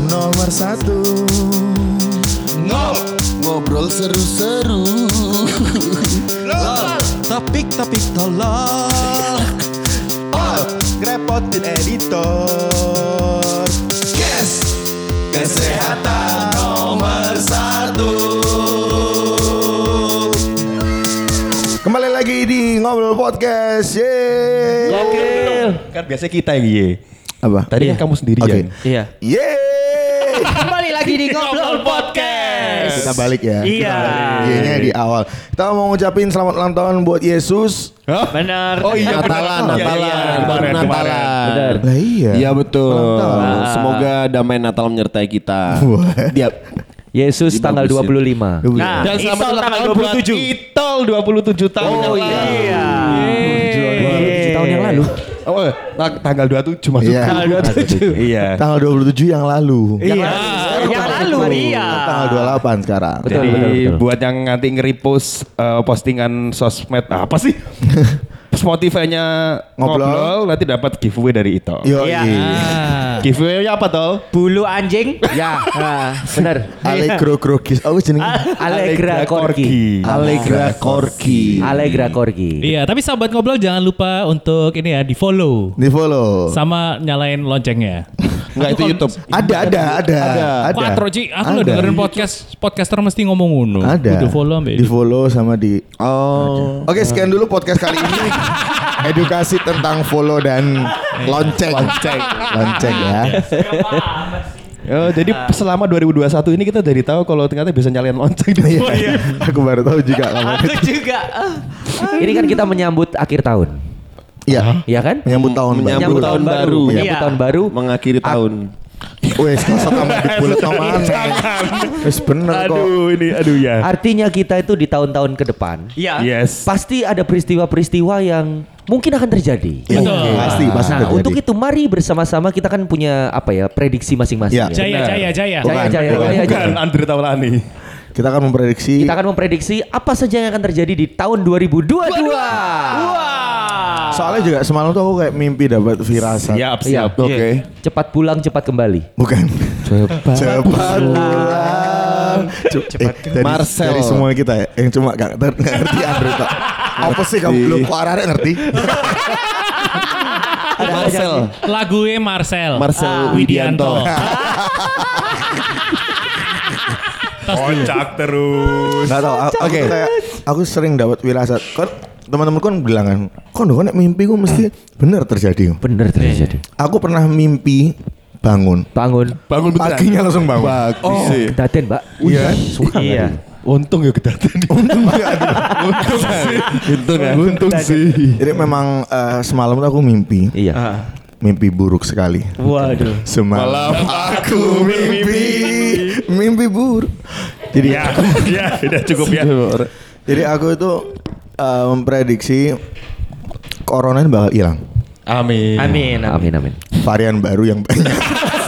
nomor 1. Ngobrol seru-seru. Topik-topik tolol. Ngerepotin editor. Yes, kesehatan nomor 1. Kembali lagi di Ngobrol Podcast. Yeay. Gokil. Kan biasa kita yang ye. Apa? Tadi kan kamu sendirian. Iya. Yeay. Kembali lagi di Ngobrol Podcast. Kita balik ya. Iya. Iya di awal. Kita mau ngucapin selamat ulang tahun buat Yesus. Benar. Oh iya, Natalan. Kemarin. Benar. Lah iya. Iya betul. Ulang tahun. Semoga damai Natal menyertai kita. Dia Yesus tanggal 25. Nah, Dan selamat ulang tahun buat Itol 27 tahun. Oh iya. 27 tahun yang lalu. Oh, tanggal 27 maksudnya. Iya. Tanggal 27. Iya. Tanggal 27 yang lalu. Iya. Yang lalu. Iya. Tanggal 28 sekarang. Betul, Jadi betul. buat yang nanti nge-repost postingan sosmed apa sih? Spotify-nya ngobrol nanti dapat giveaway dari Ito. Yo, Iya. Giveaway-nya apa tol? Bulu anjing. Ya. Benar. Allegro Krokis. Oh, jeneng. Allegra Corgi. Allegra Corgi. Allegra Corgi. Iya, tapi sahabat ngobrol jangan lupa untuk ini ya, di-follow Di follow. sama nyalain loncengnya. Enggak itu YouTube. Ada. Quattro, Ci. Aku udah dengerin podcaster mesti ngomong ngono. Ada. Kudu follow ambil. Di follow sama di. Oh. Oke, sekian dulu podcast kali ini. Edukasi tentang follow dan lonceng. Lonceng ya. Jadi selama 2021 ini kita dari tahu kalau ternyata bisa nyalain lonceng. Iya. Aku baru tahu juga kamu. Aku juga. Ini kan kita menyambut akhir tahun. Iya. Iya kan? Menyambut tahun baru. Menyambut tahun baru. Menyambut tahun baru. Mengakhiri tahun. Wes, masa kamu dibulet sama Wes bener kok. Aduh ya. Artinya kita itu di tahun-tahun ke depan. Iya. Yes. Pasti ada peristiwa-peristiwa yang mungkin akan terjadi. Iya, pasti Nah, terjadi. untuk itu mari bersama-sama kita kan punya apa ya prediksi masing-masing. Iya. Ya. Jaya. Bukan Andre Taulani. Kita akan memprediksi. Kita akan memprediksi apa saja yang akan terjadi di tahun 2022. Soalnya juga semalam tuh aku kayak mimpi dapat firasat. Siap. Iya. Oke. Cepat pulang, cepat kembali. Bukan. Cepat pulang. Marcel. Dari semua kita ya, yang cuma gak ngerti Andre tak. Apa sih kamu belum kok arek ngerti? Marcel. Lagunya Marcel Widianto. Kocak terus. Gak tau. Oke. Aku sering dapat firasat. Kan teman-teman kan bilang kan, kok mimpi mimpiku mesti bener terjadi. Bener terjadi. Aku pernah mimpi bangun. Bangun. Bangun beneran. Paginya langsung bangun. Bagus sih. Daten, Mbak. Iya. Suka Iya. Untung ya kedaten. Untung ya. Untung sih. Jadi memang semalam tuh aku mimpi. Iya. Mimpi buruk sekali. Waduh. Semalam aku mimpi buruk. Jadi Ya, udah cukup ya. Jadi aku itu memprediksi corona ini bakal hilang. Amin. Amin. Varian baru yang banyak.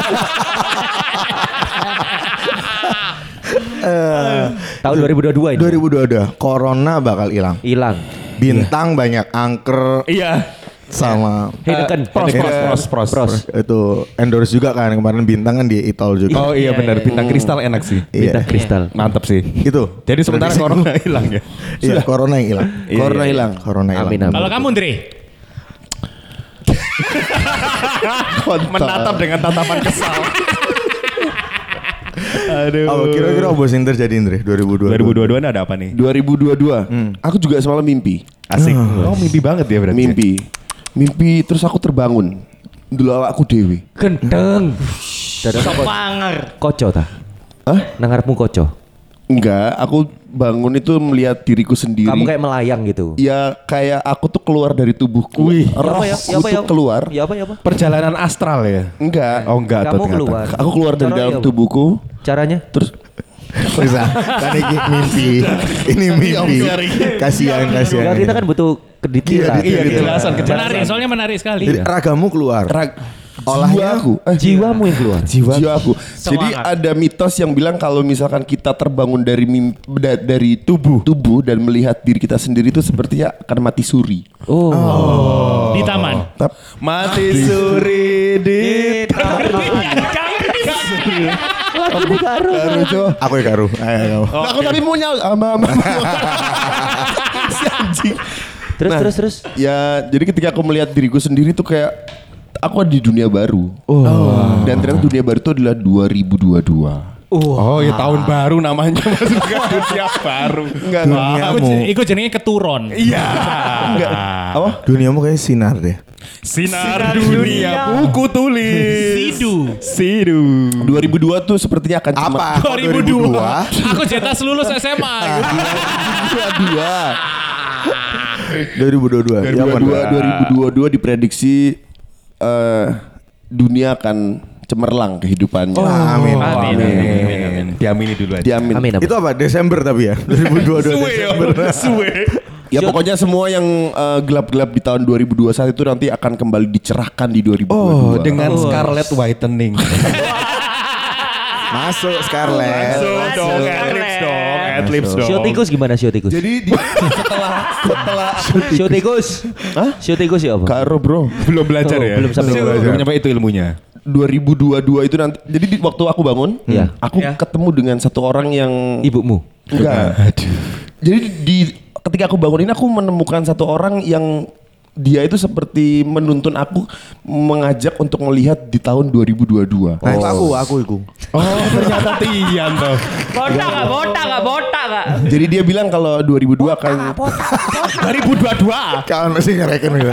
Tahun 2022 ini. 2022 corona bakal hilang. Hilang. Bintang banyak, angker Iya. sama Heineken. Pros. itu endorse juga kan kemarin bintang kan di Itol juga. Oh iya benar, bintang kristal enak sih. Iya. Bintang kristal. Mantap sih. Itu. Jadi sementara corona hilang ya. Iya, corona yang hilang. Corona hilang. Corona hilang. Amin. Kalau kamu, Andre? Menatap dengan tatapan kesal. Aduh. Oh, kira-kira apa sih yang terjadi Andre 2022? 2022 ini ada apa nih? 2022. Aku juga semalam mimpi. Asik. Oh mimpi banget ya berarti. Mimpi terus aku terbangun. Dulu aku dewi. Gendeng. Sepanger. Koco ta? Hah? Nangarepmu koco. Enggak, aku bangun itu melihat diriku sendiri. Kamu kayak melayang gitu. Ya kayak aku tuh keluar dari tubuhku. Rohku tuh keluar. Ya apa? Perjalanan astral ya? Enggak. Oh enggak Kamu ternyata. keluar. Aku keluar dari Caranya dalam apa? tubuhku. Caranya? Terus Bisa. Kan ini mimpi. Ini mimpi. Kasihan. Ya kita kan butuh kedetailan. Iya, Kejelasan. Menarik, soalnya menarik sekali. Jadi ragamu keluar. jiwa aku. Jiwamu yang keluar. Jiwa aku. Jadi ada mitos yang bilang kalau misalkan kita terbangun dari dari tubuh dan melihat diri kita sendiri itu sepertinya akan mati suri. Di taman. Mati suri di taman. Lagune karo. Karo Cok. Aku ya karo. Ayo. Aku tapi mau nyal ama. Si anjing. Terus. Ya, jadi ketika aku melihat diriku sendiri tuh kayak aku ada di dunia baru. Dan ternyata dunia baru itu adalah 2022. Oh ya tahun baru namanya maksudnya dunia baru. Enggak. Iku jenenge keturon. Iya. Enggak. Apa? Duniamu kayak sinar deh. Sinar dunia buku tulis. Sidu. 2002 tuh sepertinya akan Apa? 2002. Aku jelas lulus SMA. 2022. 2022 diprediksi dunia akan cemerlang kehidupannya. Amin. Diamini dulu aja. Diamin. Amin. Itu apa? Desember tapi ya. 2022 Desember. Ya pokoknya semua yang gelap-gelap di tahun 2021 itu nanti akan kembali dicerahkan di 2022. Oh, dengan Scarlet Whitening. Masuk Scarlett. Adlibs dong. Sio tikus gimana sio tikus? Jadi setelah Sio tikus. Hah? Sio tikus ya apa? Karo bro. Belum belajar ya? Belum sampai belum nyampe itu ilmunya. 2022 itu nanti. Jadi waktu aku bangun, Iya. aku ketemu dengan satu orang yang Ibumu. enggak. Jadi ketika aku bangun ini aku menemukan satu orang yang dia itu seperti menuntun aku mengajak untuk melihat di tahun 2022. Nah, itu aku iku. Oh ternyata Tian tuh. Botak gak? Jadi dia bilang kalau 2022 akan 2022. Kalian masih ngereken ya.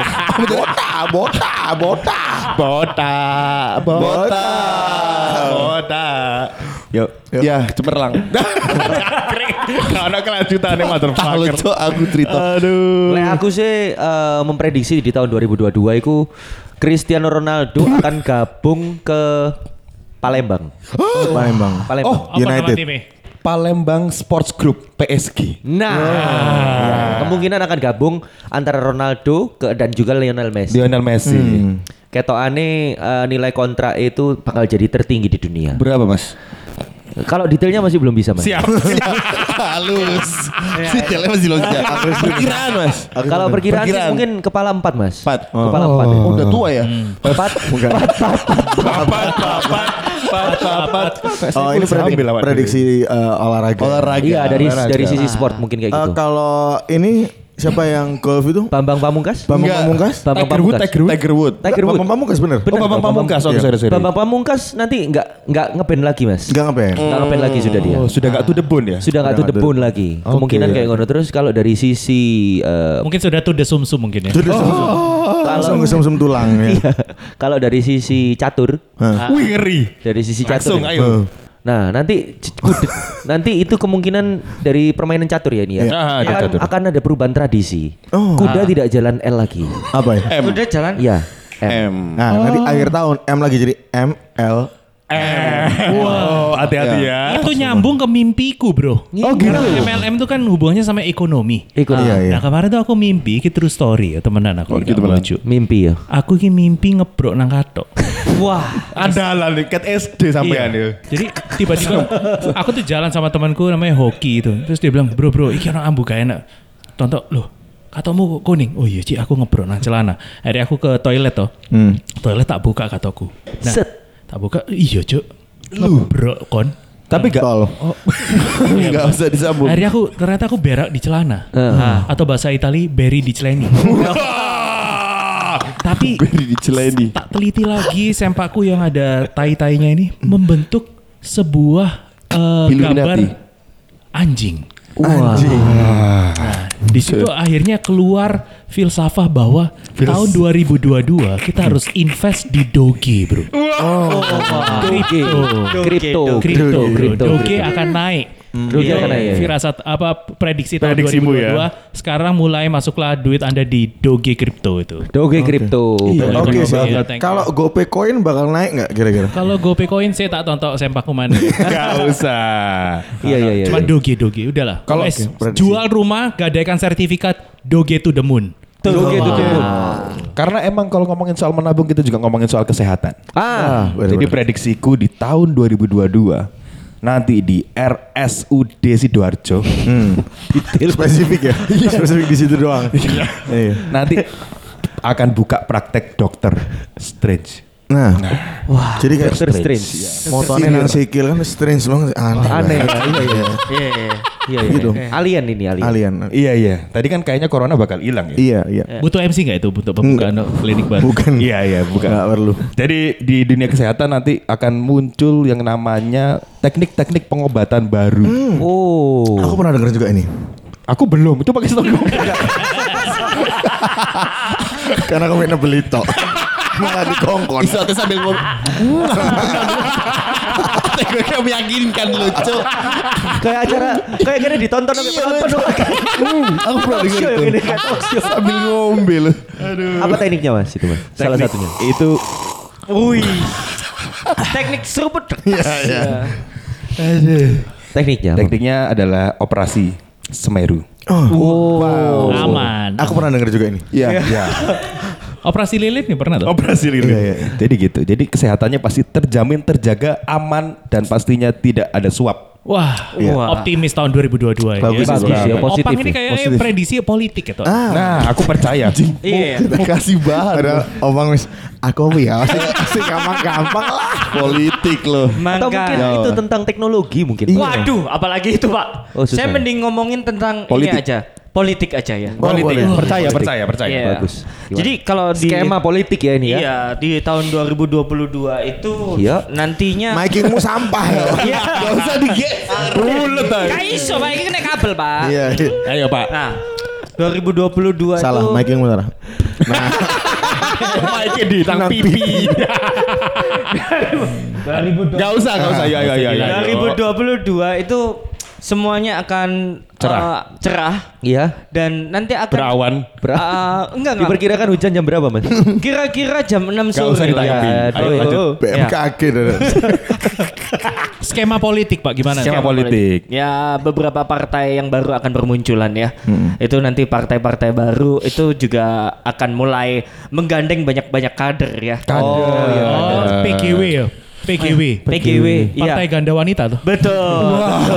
Botak. Yuk. Ya, cemerlang. Karena kelanjutannya Kalau motherfucker. Cok, aku cerita. Aduh. Lek aku sih memprediksi di tahun 2022 itu Cristiano Ronaldo akan gabung ke Palembang. Palembang. Apa nama United. timnya? Palembang Sports Group PSG. Nah, ya, kemungkinan akan gabung antara Ronaldo dan juga Lionel Messi. Lionel Messi. Ketokane nilai kontrak itu bakal jadi tertinggi di dunia. Berapa, Mas? Kalau detailnya masih belum bisa, Mas. Siap. Halus. Detailnya masih loncat. Perkiraan, Mas. Kalau perkiraan sih Perkiraan. mungkin kepala 4, Mas. 4. Kepala 4 ya. Oh, udah tua ya? 4. Oh, ini prediksi olahraga. Olahraga. Iya, dari sisi sport mungkin kayak gitu. Kalau ini siapa yang golf itu? Bambang Pamungkas? Bambang Enggak. Pamungkas? Bambang Tiger Wood, Pamungkas. Tiger Wood. Tiger Wood. Bambang Pamungkas bener. Bener. Oh, Bambang Pamungkas. Oh, Iya. sorry. Bambang Pamungkas nanti nggak ngeband lagi, Mas. Enggak ngapain? Nggak ngeband lagi sudah dia. Oh, sudah nggak to the bone ya? Sudah nggak tuh debun lagi. Kemungkinan kayak ngono. Terus kalau dari sisi Mungkin sudah tuh the sumsum mungkin ya. Langsung kesem-sem tulang ya. iya, kalau dari sisi catur, Wih ngeri. dari sisi catur. Langsung ya. ayo. Nah, nanti itu kemungkinan dari permainan catur ya ini ya. Ah, ada catur. Akan ada perubahan tradisi. Oh. Kuda tidak jalan L lagi. Apa ya? Kuda jalan? Iya. M. Nah, nanti akhir tahun M lagi jadi ML. Wow, hati-hati ya. Itu nyambung ke mimpiku bro. Oh, gitu. Karena MLM itu kan hubungannya sama ekonomi. Ekonomi. Iya, iya. Nah kemarin tuh aku mimpi, ini true story ya temenan aku. gitu, Nggak lucu. Mimpi ya. Aku ini mimpi ngebrok nang katok. Wah. Andalan nih, cat SD sampean Iya. ya. Jadi tiba-tiba aku tuh jalan sama temanku namanya Hoki itu. Terus dia bilang, bro, iki ono ambu gak enak. Tonton, loh, katomu kuning. Oh iya, Ci, aku ngebrok nang celana. Akhirnya aku ke toilet toh. Toilet tak buka katoku. Nah, Set. tak buka, iya Cuk. Ngebrok kon. Tapi gak Tol. Enggak usah disambung. Akhirnya ternyata aku berak di celana. Nah, atau bahasa Itali, beri di celeni. Tapi Beri diceleni. tak teliti lagi sempakku yang ada tai-tainya ini membentuk sebuah gambar Illuminati. anjing. Anjing. Nah, di situ akhirnya keluar filsafah bahwa tahun 2022 kita harus invest di Doge, bro. Kripto. Doge akan naik. Doge akan naik, ya. Firasat apa prediksi tahun Prediksimu 2022 ya. sekarang mulai masuklah duit Anda di Doge kripto itu. Doge kripto. Iya. Oke, Iya, siap. thank you. Kalau GoPay Coin bakal naik nggak kira-kira? Kalau GoPayCoin saya tak tonton sempakku mana. gak usah. Iya. Cuma Doge udahlah. Kalau Guys, prediksi. jual rumah gadaikan sertifikat Doge to the moon. Doge to the moon. Karena emang kalau ngomongin soal menabung kita juga ngomongin soal kesehatan. bener-bener. Jadi prediksiku di tahun 2022 nanti di RSUD Sidoarjo Spesifik ya. Spesifik di situ doang. Iya. nanti akan buka praktek dokter Strange. Nah, jadi kayak Doctor Strange. motornya nang sikil kan strange banget, Aneh ya. Iya. Gitu. Alien ini alien. Alien. Iya. Tadi kan kayaknya corona bakal hilang ya. Iya. Butuh MC nggak itu untuk pembukaan klinik baru? Bukan. Iya, bukan. Nggak perlu. Jadi di dunia kesehatan nanti akan muncul yang namanya teknik-teknik pengobatan baru. Oh. Aku pernah dengar juga ini. Aku belum, itu pakai stok. Karena aku pengen beli tok. Malah dikongkon. Iso tuh sambil ngomong. Gue meyakinkan lucu. Kayak acara kayak gini ditonton sampai penonton. Aku pernah dengar itu. Sambil ngombe loh. Apa tekniknya Mas itu Mas? Salah satunya. Itu Wih. Teknik seruput. Iya. Tekniknya. apa? tekniknya adalah operasi Semeru. Aman. Aku pernah dengar juga ini. Iya. Operasi lilit nih pernah tuh? Operasi lilin. Iya. Jadi gitu. Jadi kesehatannya pasti terjamin, terjaga, aman dan pastinya tidak ada suap. Wah, Iya. optimis tahun 2022 Bagus, ya. bagus ya, positif Opang ini ya, kayaknya positif. prediksi politik ya toh. Nah, aku percaya. Iya. Kita kasih bahan. Ada omong wis aku ya sih gampang lah. Politik loh. Atau mungkin itu tentang teknologi mungkin. Waduh, apalagi itu Pak. Oh, susah Saya ya? mending ngomongin tentang Politik. ini aja. Politik aja ya. Politik. boleh. Percaya. Iya. Bagus. Gimana? Jadi kalau di Skema politik ya ini ya. Iya, di tahun 2022 itu Iya. nantinya Makingmu sampah ya. Iya. Gak usah digeser. Bulet aja. Gak iso, Pak. Ini kena kabel, Pak. Iya. Ayo Pak. Nah, 2022 Salah, itu makingmu salah. Mic-nya di tang pipi. Gak usah. Ya. 2022 itu semuanya akan cerah Iya. dan nanti akan Berawan. enggak. Diperkirakan hujan jam berapa Mas? Kira-kira jam 6 Gak usah sore. ditanggapi. Ya, Ayo aduh. lanjut. BMKG dah. Skema politik Pak gimana? Skema politik. Ya beberapa partai yang baru akan bermunculan ya. Itu nanti partai-partai baru itu juga akan mulai menggandeng banyak-banyak kader ya. Oh, PGW ya. PGW. PGW, iya. Partai Ganda Wanita tuh. Betul.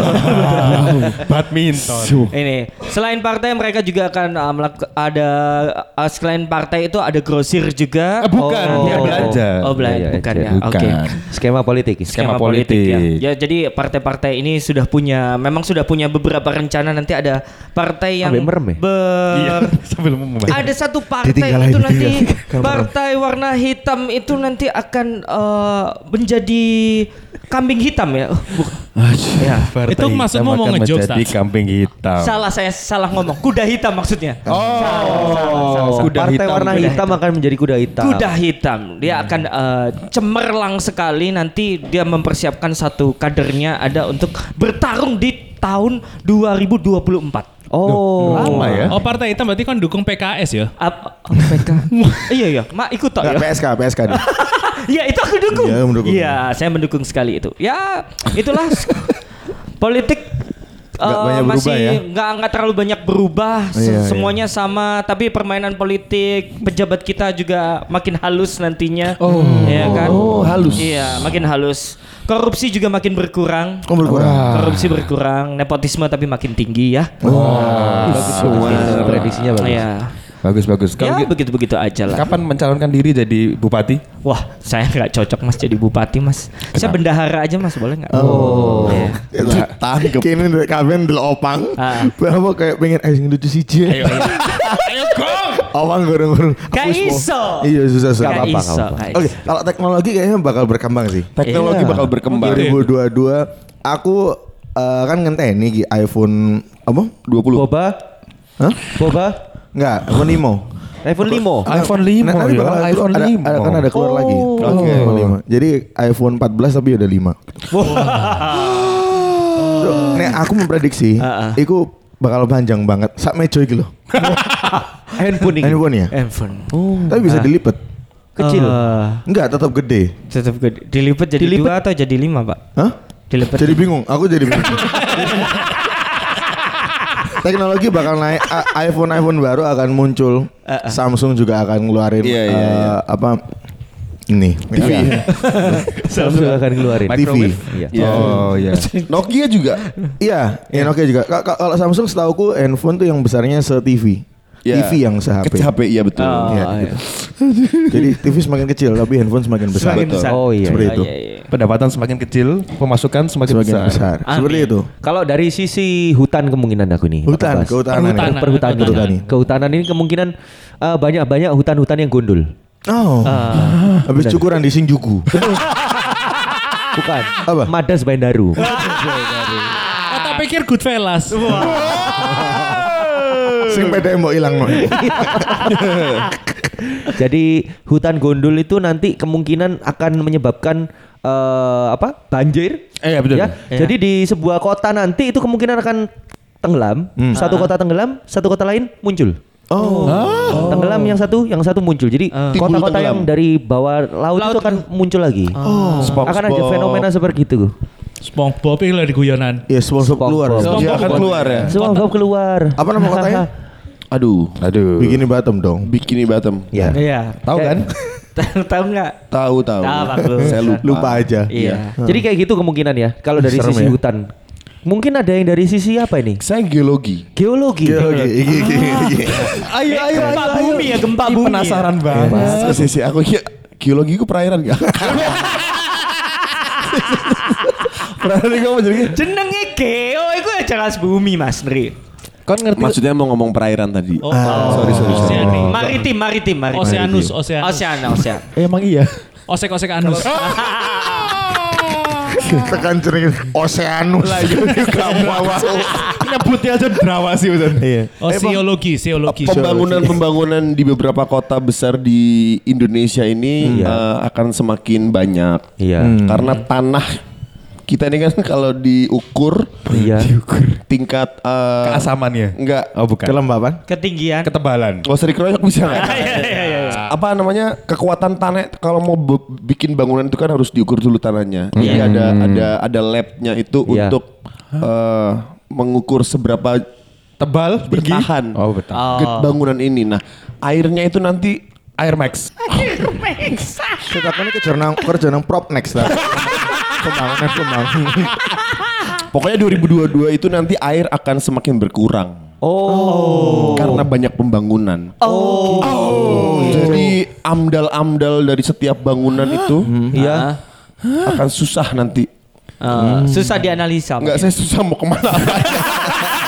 Badminton. Ini selain partai mereka juga akan selain partai itu ada grosir juga. Bukan, dia belanja. Oh, belanja. Iya, Bukan iya, ya. bukan. Oke. Skema politik. Skema politik. ya. Ya jadi partai-partai ini memang sudah punya beberapa rencana. Nanti ada partai yang Sampai merem ya? Iya, sambil membaca. ada satu partai Ditinggal itu aja, nanti ditinggal. partai warna hitam itu nanti akan menjadi kambing hitam ya. Ya. Partai Itu hitam maksudmu mau akan ngejokes, menjadi tak? kambing hitam. Saya salah ngomong. Kuda hitam maksudnya. Oh, kuda Partai hitam. warna hitam akan menjadi kuda hitam. Kuda hitam. Dia akan cemerlang sekali nanti dia mempersiapkan satu kadernya ada untuk bertarung di tahun 2024. Oh. Lama ya. Oh partai hitam berarti kan dukung PKS ya? PK. Iya, Mak ikut toh ya. PSK nih. Iya, itu aku dukung. Iya, mendukung. Iya, saya mendukung sekali itu. Ya, itulah politik Nggak banyak berubah ya? nggak terlalu banyak berubah. Iya, Semuanya sama, tapi permainan politik pejabat kita juga makin halus nantinya. Ya kan? Oh, halus. Iya, makin halus. Korupsi juga makin berkurang. Kok berkurang? Korupsi berkurang, nepotisme tapi makin tinggi ya. Bagus. Prediksinya bagus. Iya. Bagus. Ya Kalau begitu-begitu aja lah. kapan mencalonkan diri jadi bupati? Wah, saya nggak cocok Mas jadi bupati Mas. Saya bendahara aja Mas, boleh nggak? Oh. Iya. Tangkep. Kini dari kabin del opang. Bahwa kayak pengen lucu siji. Ayo gong. Opang gorong-gorong. Gak iso. Iya susah. Gak apa-apa, iso. nggak apa-apa. gak Oke, iso. kalau teknologi kayaknya bakal berkembang sih. Teknologi bakal berkembang. 2022 aku kan ngenteni iPhone apa? 20. Boba. Hah? Boba. Enggak, iPhone 5. iPhone 5. iPhone 5 Nanti ya. bakal iPhone ada, 5. kan ada keluar lagi. Oke. iPhone 5. Jadi iPhone 14 tapi udah 5. Nek aku memprediksi, iku bakal panjang banget. Sak meja iki lho. Handphone ini. Handphone ya. Handphone. Tapi bisa dilipat. Kecil. Enggak, tetap gede. Tetap gede. Dilipat jadi 2 atau jadi 5 Pak? Hah? Dilipat. Jadi bingung. Aku jadi bingung. Teknologi bakal naik. iPhone baru akan muncul. Samsung juga akan ngeluarin apa? Ini. TV. Samsung akan keluarin. TV. Iya. Oh iya. Nokia juga. Iya, Nokia juga. Kalau Samsung setauku handphone tuh yang besarnya se-TV. TV yang se-HP. HP, iya betul. Iya, gitu. Jadi TV semakin kecil tapi handphone semakin besar. Semakin besar. Oh iya. Seperti itu. Pendapatan semakin kecil, pemasukan semakin besar. Seperti itu. Kalau dari sisi hutan kemungkinan aku nih. Hutan, Mas. kehutanan. Perhutanan. Kehutanan ini kemungkinan banyak hutan-hutan yang gundul. Oh. Habis cukuran di Shinjuku. Bukan. Apa? Madas Bandaru. Oh, tak pikir Goodfellas. Sing pede mbok ilang no. Jadi hutan gundul itu nanti kemungkinan akan menyebabkan banjir. Iya betul. Ya. Jadi di sebuah kota nanti itu kemungkinan akan tenggelam. Satu kota tenggelam, satu kota lain muncul. Tenggelam yang satu muncul. Jadi kota-kota yang dari bawah laut itu akan muncul lagi. Akan ada fenomena seperti itu. SpongeBob ini lagi guyonan. Iya, SpongeBob keluar. Dia akan keluar ya. SpongeBob keluar. Apa nama kotanya? Aduh. Bikini Bottom dong. Bikini Bottom. Ya. Iya. Tahu kan? Tahu nggak? Tahu. Tahu, Pak. Saya Lupa aja. Iya. Jadi kayak gitu kemungkinan ya. Kalau dari Serem sisi ya. hutan. Mungkin ada yang dari sisi apa ini? Saya geologi. Geologi. Ayo. Gempa bumi ya, gempa bumi. Penasaran banget. Sisi aku geologi ku perairan gak? Perairan ini kamu jadi Jenenge geo iku ya jelas bumi Mas Nri. Kan ngerti? Maksudnya mau ngomong perairan tadi. Sorry. Maritim. Oceanus. Ocean. Emang iya. Osek anus. Tekan cering Oceanus. Nyebutnya aja drawa sih Udan. Iya. Geologi. Pembangunan di beberapa kota besar di Indonesia ini akan semakin banyak. Iya. Karena tanah kita ini kan kalau diukur tingkat Keasamannya. enggak Kelembapan. Ketinggian. Ketebalan. kalau seri keroyok bisa nggak? Iya. Apa namanya kekuatan tanah kalau mau bikin bangunan itu kan harus diukur dulu tanahnya. Jadi ada labnya itu Iya. untuk mengukur seberapa Tebal, tinggi. bertahan bangunan ini. Nah airnya itu nanti Air Max. Kita kan kerja nang prop next lah. Pembangunan. pokoknya 2022 itu nanti air akan semakin berkurang. Karena banyak pembangunan. Jadi amdal-amdal dari setiap bangunan itu Iya. akan susah nanti. Susah dianalisa. Enggak, saya susah mau kemana.